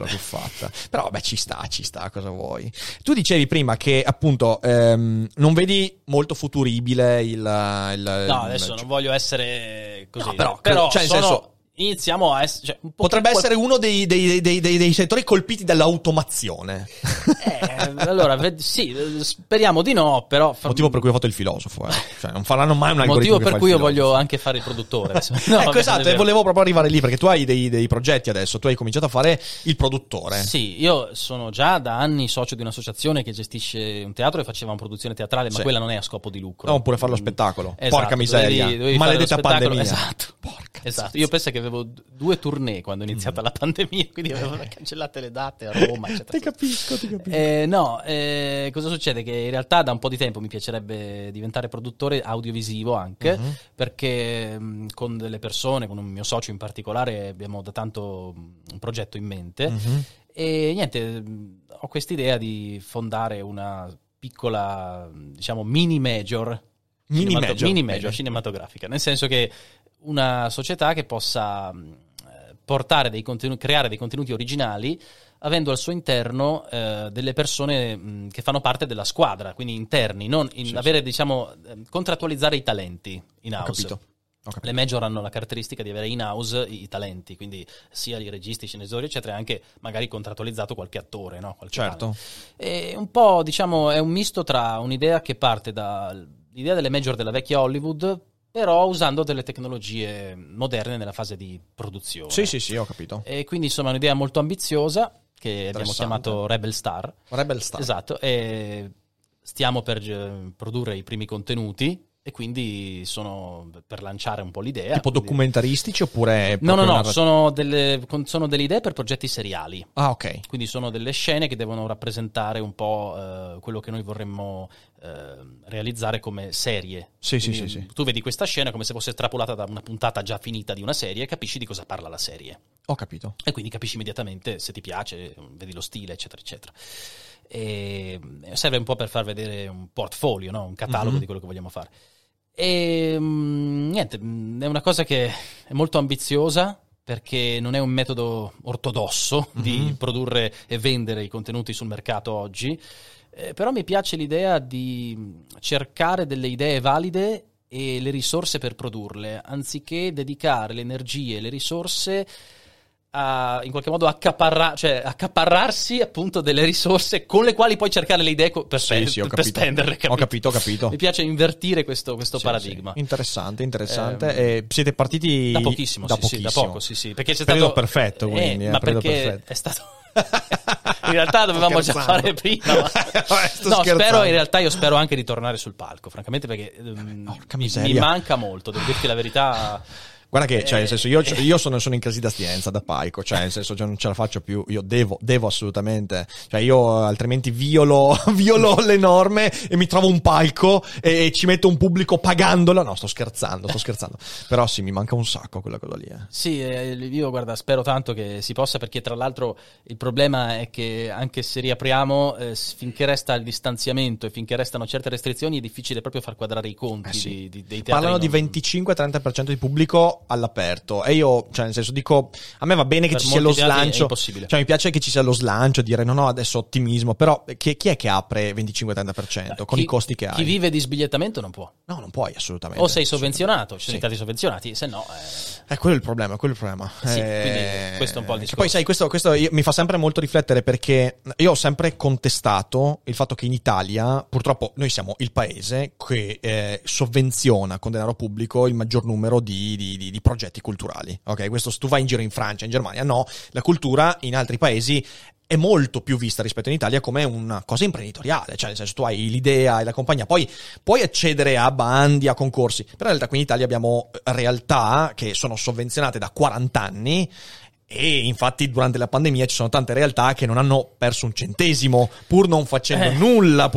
Però vabbè, ci sta, cosa vuoi. Tu dicevi prima che appunto non vedi molto futuribile No, adesso non voglio essere così. No, però cioè, nel senso, iniziamo a essere... potrebbe essere uno dei settori colpiti dall'automazione. allora, sì, speriamo di no, però... Motivo per cui ho fatto il filosofo, cioè non faranno mai un algoritmo. Motivo per cui io voglio anche fare il produttore. No, ecco, esatto, e volevo proprio arrivare lì, perché tu hai dei progetti adesso, tu hai cominciato a fare il produttore. Sì, io sono già da anni socio di un'associazione che gestisce un teatro e faceva una produzione teatrale, ma quella non è a scopo di lucro. No, oppure fare lo spettacolo. Esatto, porca miseria, maledetta pandemia. Esatto. Porca esatto. Io penso che avevo 2 tournée quando è iniziata la pandemia, quindi avevo cancellate le date a Roma, eccetera. Ti capisco. Cosa succede? Che in realtà da un po' di tempo mi piacerebbe diventare produttore audiovisivo anche, perché con delle persone, con un mio socio in particolare, abbiamo da tanto un progetto in mente e niente, ho quest'idea di fondare una piccola, diciamo, mini major cinematografica, nel senso che una società che possa portare dei contenuti, creare dei contenuti originali, avendo al suo interno delle persone che fanno parte della squadra, quindi interni, non avere, diciamo, contrattualizzare i talenti in house. Ho capito. Le major hanno la caratteristica di avere in house i talenti, quindi sia i registi, i sceneggiatori, eccetera, e anche magari contrattualizzato qualche attore, no? Certo. E un po', diciamo, è un misto tra un'idea che parte dall'idea delle major della vecchia Hollywood, però usando delle tecnologie moderne nella fase di produzione. Sì, ho capito. E quindi insomma è un'idea molto ambiziosa che abbiamo chiamato Rebel Star. Esatto, e stiamo per produrre i primi contenuti e quindi sono per lanciare un po' l'idea. Tipo documentaristici oppure... No, sono delle idee per progetti seriali. Ah, ok. Quindi sono delle scene che devono rappresentare un po' quello che noi vorremmo realizzare come serie. Sì. Tu vedi questa scena come se fosse estrapolata da una puntata già finita di una serie e capisci di cosa parla la serie. Ho capito. E quindi capisci immediatamente se ti piace, vedi lo stile, eccetera, eccetera. E serve un po' per far vedere un portfolio, no? Un catalogo di quello che vogliamo fare. E niente, è una cosa che è molto ambiziosa perché non è un metodo ortodosso di produrre e vendere i contenuti sul mercato oggi, però mi piace l'idea di cercare delle idee valide e le risorse per produrle, anziché dedicare le energie e le risorse a, in qualche modo, accaparrarsi appunto delle risorse con le quali poi cercare le idee per spenderle. Ho capito. Mi piace invertire questo paradigma. Sì. Interessante. Siete partiti da pochissimo. Da poco. Perché c'è periodo stato perfetto, quindi. Ma perché perfetto. è stato... In realtà dovevamo già fare prima, ma... io spero anche di tornare sul palco, francamente, perché mi manca molto, devo dirti la verità. Guarda che, cioè, nel senso, io sono in crisi d'astinenza da Paico, cioè, nel senso, cioè, non ce la faccio più, io devo assolutamente, cioè, io altrimenti violo le norme e mi trovo un palco e ci metto un pubblico pagandolo. No, sto scherzando, però sì, mi manca un sacco quella cosa lì. Sì, io guarda, spero tanto che si possa, perché tra l'altro il problema è che anche se riapriamo, finché resta il distanziamento e finché restano certe restrizioni, è difficile proprio far quadrare i conti dei teatri. Parlano di 25-30% di pubblico all'aperto, e io, cioè, nel senso, dico, a me va bene che ci sia lo slancio, cioè mi piace che ci sia lo slancio, dire no adesso ottimismo, però chi è che apre 25-30% con i costi che hai? Chi vive di sbigliettamento non può. No, non puoi assolutamente. O sei sovvenzionato, ci sono stati sovvenzionati, se no quello è il problema. Sì, quindi questo è un po' il discorso. Poi sai, questo mi fa sempre molto riflettere, perché io ho sempre contestato il fatto che in Italia, purtroppo, noi siamo il paese che sovvenziona con denaro pubblico il maggior numero di progetti culturali. Ok, questo, tu vai in giro in Francia, in Germania, no, la cultura in altri paesi è molto più vista rispetto in Italia come una cosa imprenditoriale, cioè nel senso, tu hai l'idea, hai la compagnia, poi puoi accedere a bandi, a concorsi, però in realtà qui in Italia abbiamo realtà che sono sovvenzionate da 40 anni. E infatti durante la pandemia ci sono tante realtà che non hanno perso un centesimo pur non facendo nulla.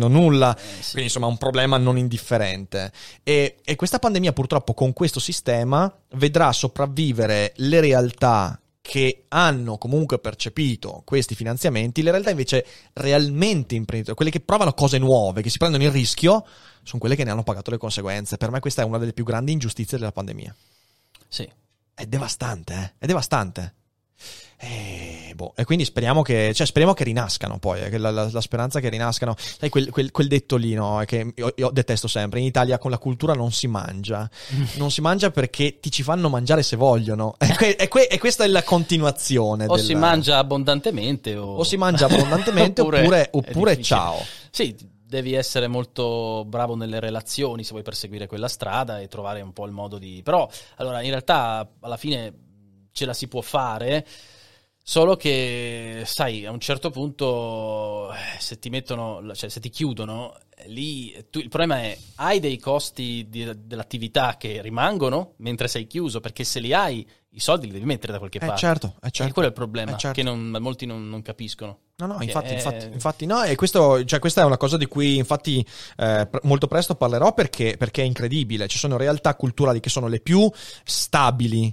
Quindi insomma è un problema non indifferente, e questa pandemia purtroppo con questo sistema vedrà sopravvivere le realtà che hanno comunque percepito questi finanziamenti. Le realtà invece realmente imprenditoriali, quelle che provano cose nuove, che si prendono il rischio, sono quelle che ne hanno pagato le conseguenze. Per me questa è una delle più grandi ingiustizie della pandemia. Sì. È devastante, È devastante. e quindi speriamo che rinascano poi, che la speranza che rinascano. Sai, quel detto lì, no, che io detesto sempre: in Italia con la cultura non si mangia. Non si mangia perché ti ci fanno mangiare se vogliono. E questa è la continuazione. O si mangia abbondantemente o si mangia abbondantemente oppure ciao. Sì, devi essere molto bravo nelle relazioni se vuoi perseguire quella strada e trovare un po' il modo di... Però, allora, in realtà, alla fine ce la si può fare, solo che, sai, a un certo punto, se ti mettono, cioè se ti chiudono, lì il problema è: hai dei costi dell'attività che rimangono mentre sei chiuso, perché se li hai, i soldi li devi mettere da qualche parte. Certo. E quello è il problema, che molti non capiscono. No, infatti no, e questa è una cosa di cui infatti molto presto parlerò, perché è incredibile. Ci sono realtà culturali che sono le più stabili,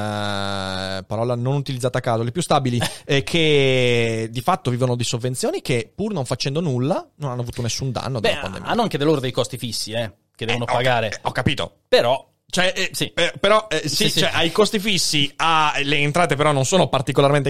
parola non utilizzata a caso, le più stabili, che di fatto vivono di sovvenzioni, che pur non facendo nulla non hanno avuto nessun danno dalla pandemia. Hanno anche loro dei costi fissi, che devono pagare. Ho capito. Però... sì. Cioè, hai costi fissi, le entrate però non sono particolarmente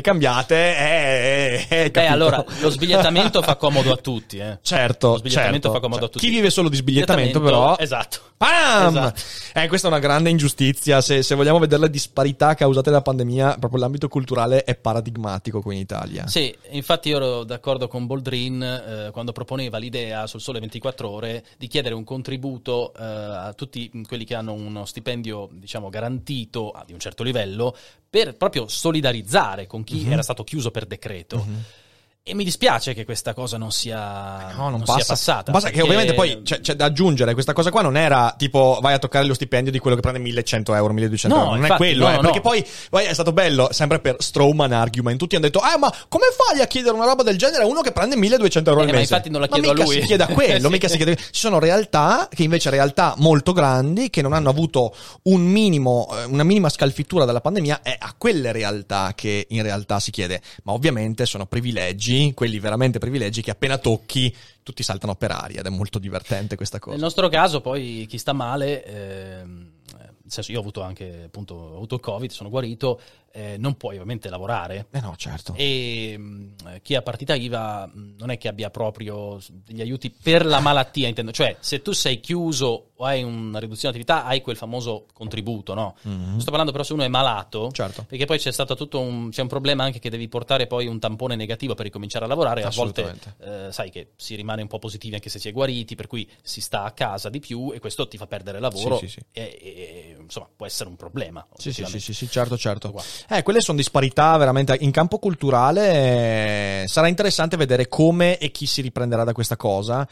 cambiate. Allora lo sbigliettamento fa comodo a tutti. Certo. Lo sbigliettamento fa comodo a tutti. Chi vive solo di sbigliettamento però. Esatto. Pam! Esatto. Questa è una grande ingiustizia. Se vogliamo vedere le disparità causate dalla pandemia, proprio l'ambito culturale è paradigmatico qui in Italia. Sì, infatti io ero d'accordo con Boldrin quando proponeva l'idea sul Sole 24 Ore di chiedere un contributo a tutti quelli che hanno uno stipendio, diciamo, garantito di un certo livello, per proprio solidarizzare con chi era stato chiuso per decreto. E mi dispiace che questa cosa non sia passata. Basta che ovviamente poi c'è da aggiungere, questa cosa qua non era tipo vai a toccare lo stipendio di quello che prende 1.100 euro, 1.200 euro, non infatti, è quello, perché poi è stato bello, sempre per Strawman Argument, tutti hanno detto ma come fai a chiedere una roba del genere a uno che prende 1.200 euro al mese? Ma infatti non la chiedo a lui. Si chiede a quello, mica si chiede. Ci sono realtà che invece realtà molto grandi, che non hanno avuto una minima scalfittura dalla pandemia, è a quelle realtà che in realtà si chiede, ma ovviamente sono privilegi, quelli veramente privilegi che appena tocchi tutti saltano per aria, ed è molto divertente questa cosa. Nel nostro caso poi chi sta male, nel senso, io ho avuto anche appunto il Covid, sono guarito, non puoi ovviamente lavorare. No, certo. E chi ha partita IVA non è che abbia proprio degli aiuti per la malattia, intendo. Cioè, se tu sei chiuso o hai una riduzione di attività, hai quel famoso contributo, no? Sto parlando però se uno è malato, certo, perché poi c'è un problema anche che devi portare poi un tampone negativo per ricominciare a lavorare. A volte sai che si rimane un po' positivi anche se si è guariti, per cui si sta a casa di più e questo ti fa perdere lavoro. Sì. E insomma può essere un problema. Sì, certo. Quelle sono disparità veramente in campo culturale. Sarà interessante vedere come e chi si riprenderà da questa cosa.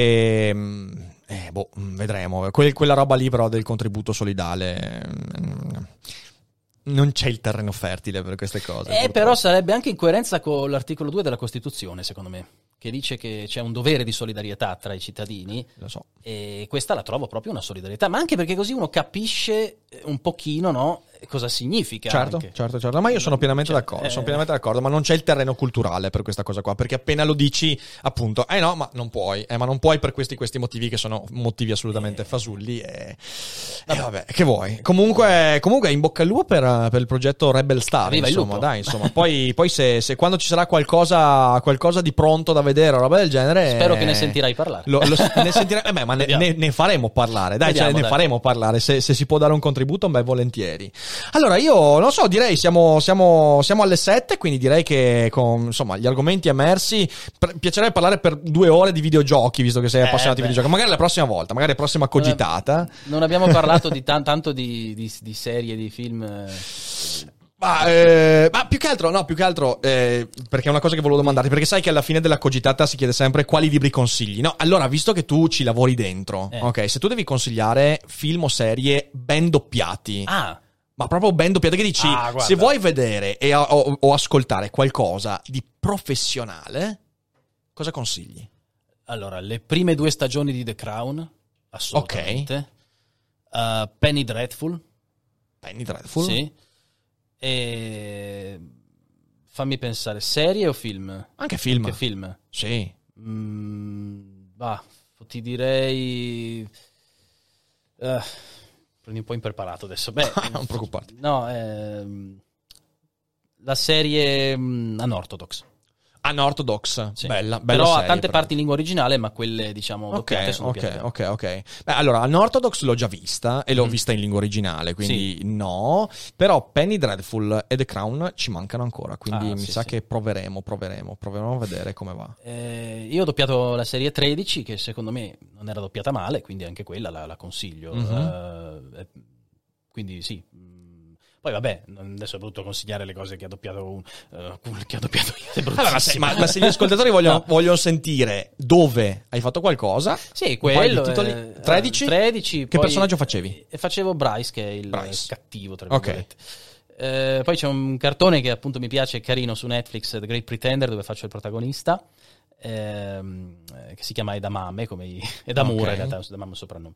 Vedremo. Quella roba lì però del contributo solidale, non c'è il terreno fertile per queste cose. Però sarebbe anche in coerenza con l'articolo 2 della Costituzione, secondo me, che dice che c'è un dovere di solidarietà tra i cittadini. Lo so. E questa la trovo proprio una solidarietà, ma anche perché così uno capisce un pochino, no, cosa significa. Certo. Ma io sono pienamente d'accordo, ma non c'è il terreno culturale per questa cosa qua, perché appena lo dici, appunto, no, ma non puoi, per questi motivi, che sono motivi assolutamente fasulli, vabbè, che vuoi. Comunque in bocca al lupo per il progetto Rebel Star, insomma, poi se quando ci sarà qualcosa di pronto da vedere o roba del genere, spero che ne sentirai parlare. Ne sentirai, ma ne faremo parlare, faremo parlare, se si può dare un contributo, volentieri. Allora, io non so, direi siamo alle 7, quindi direi che con insomma gli argomenti emersi piacerebbe parlare per 2 ore di videogiochi, visto che sei appassionato di videogiochi. Magari la prossima volta, magari la prossima cogitata. Non abbiamo parlato di tanto di serie, di film. Ma più che altro perché è una cosa che volevo domandarti, perché sai che alla fine della cogitata si chiede sempre quali libri consigli, no? Allora, visto che tu ci lavori dentro, ok, se tu devi consigliare film o serie ben doppiati, ma proprio ben doppiati, che dici, se vuoi vedere o ascoltare qualcosa di professionale, cosa consigli? Allora, le prime 2 stagioni di The Crown, assolutamente. Ok. Penny Dreadful. Sì. E fammi pensare, serie o film? Anche film. Sì. Ti direi prendi un po' impreparato adesso. Non preoccuparti. No, La serie Unorthodox. Unorthodox, Sì. bella Però serie, ha tante parti in lingua originale, ma quelle diciamo doppiate sono piaciute. Ok. Beh, allora, Unorthodox l'ho già vista e l'ho vista in lingua originale, quindi no. Però Penny Dreadful e The Crown ci mancano ancora, quindi mi sa che proveremo a vedere come va. Io ho doppiato la serie 13, che secondo me non era doppiata male, quindi anche quella la consiglio. Quindi sì. Poi vabbè, adesso è brutto consigliare le cose che ha doppiato che ha doppiato io. Allora, ma se gli ascoltatori vogliono sentire dove hai fatto qualcosa, sì, quello. 13? 13. Che poi personaggio facevi? Facevo Bryce, che è il cattivo, tra virgolette. Poi c'è un cartone che appunto mi piace, è carino, su Netflix, The Great Pretender, dove faccio il protagonista, che si chiama Edamame, come Edamure, in realtà, Edamame è un soprannome.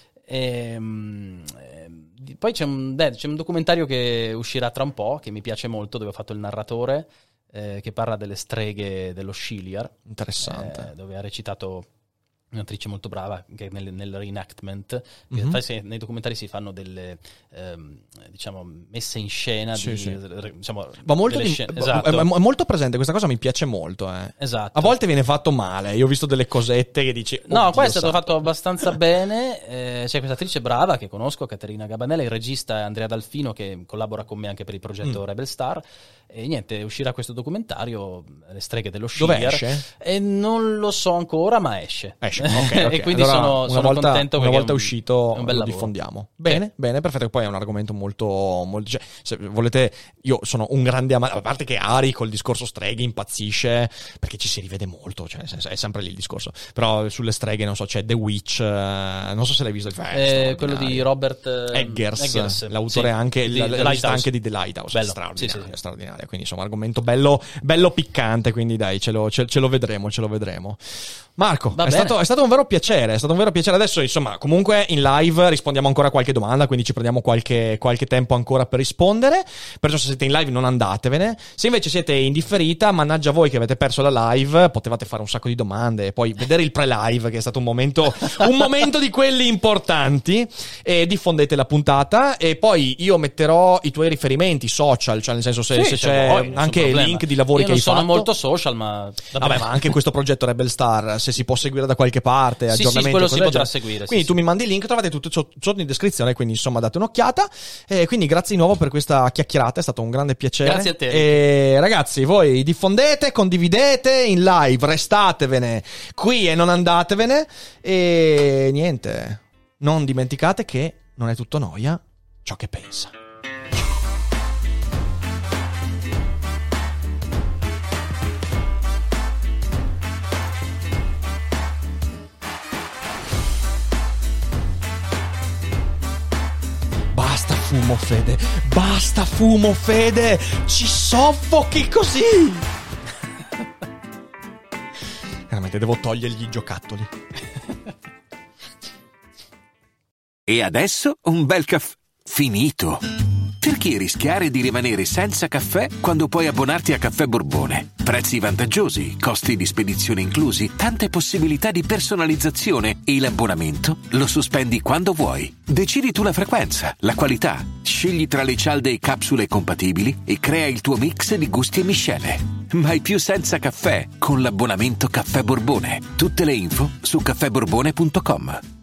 Poi c'è un documentario che uscirà tra un po', che mi piace molto, dove ho fatto il narratore, che parla delle streghe dello Shiliar. Interessante. Dove ha recitato un'attrice molto brava che nel reenactment. Nei documentari si fanno delle diciamo messe in scena diciamo, va molto esatto. è molto presente, questa cosa mi piace molto, Esatto. A volte viene fatto male, io ho visto delle cosette che dici no, qua è stato fatto abbastanza bene. C'è questa attrice brava che conosco, Caterina Gabanella, il regista è Andrea Dalfino, che collabora con me anche per il progetto Rebel Star, e niente, uscirà questo documentario, Le streghe dello Shiliar. Dove esce? E non lo so ancora, ma esce. Okay. E quindi allora, sono contento, una volta è uscito un bel lo lavoro. diffondiamo. Bene, perfetto. Poi è un argomento molto cioè, se volete, io sono un grande amante, a parte che Ari col discorso streghe impazzisce perché ci si rivede molto, cioè è sempre lì il discorso. Però sulle streghe, non so, c'è The Witch, non so se l'hai visto il film, quello di Robert Eggers, l'autore anche anche di The Lighthouse. Straordinaria, quindi insomma argomento bello piccante, quindi dai, ce lo vedremo. Marco, è stato un vero piacere, adesso insomma comunque in live rispondiamo ancora a qualche domanda, quindi ci prendiamo qualche tempo ancora per rispondere, perciò se siete in live non andatevene, se invece siete in differita, mannaggia voi che avete perso la live, potevate fare un sacco di domande e poi vedere il pre-live, che è stato un momento di quelli importanti, e diffondete la puntata, e poi io metterò i tuoi riferimenti social, cioè nel senso se c'è anche il link di lavori che hai fatto. Io non sono molto social, ma ma anche questo progetto Rebel Star, se si può seguire da qualche parte, aggiornamenti, quello si potrà seguire. Quindi tu mi mandi il link, trovate tutto sotto in descrizione, quindi insomma date un'occhiata. E quindi grazie di nuovo per questa chiacchierata, è stato un grande piacere. Grazie a te. E ragazzi, voi diffondete, condividete in live, restatevene qui e non andatevene. E niente, non dimenticate che non è tutto noia ciò che pensa. Basta fumo, Fede, ci soffochi così. Veramente devo togliergli i giocattoli. E adesso un bel caffè finito. Perché rischiare di rimanere senza caffè quando puoi abbonarti a Caffè Borbone? Prezzi vantaggiosi, costi di spedizione inclusi, tante possibilità di personalizzazione, e l'abbonamento lo sospendi quando vuoi. Decidi tu la frequenza, la qualità, scegli tra le cialde e capsule compatibili e crea il tuo mix di gusti e miscele. Mai più senza caffè con l'abbonamento Caffè Borbone. Tutte le info su caffèborbone.com.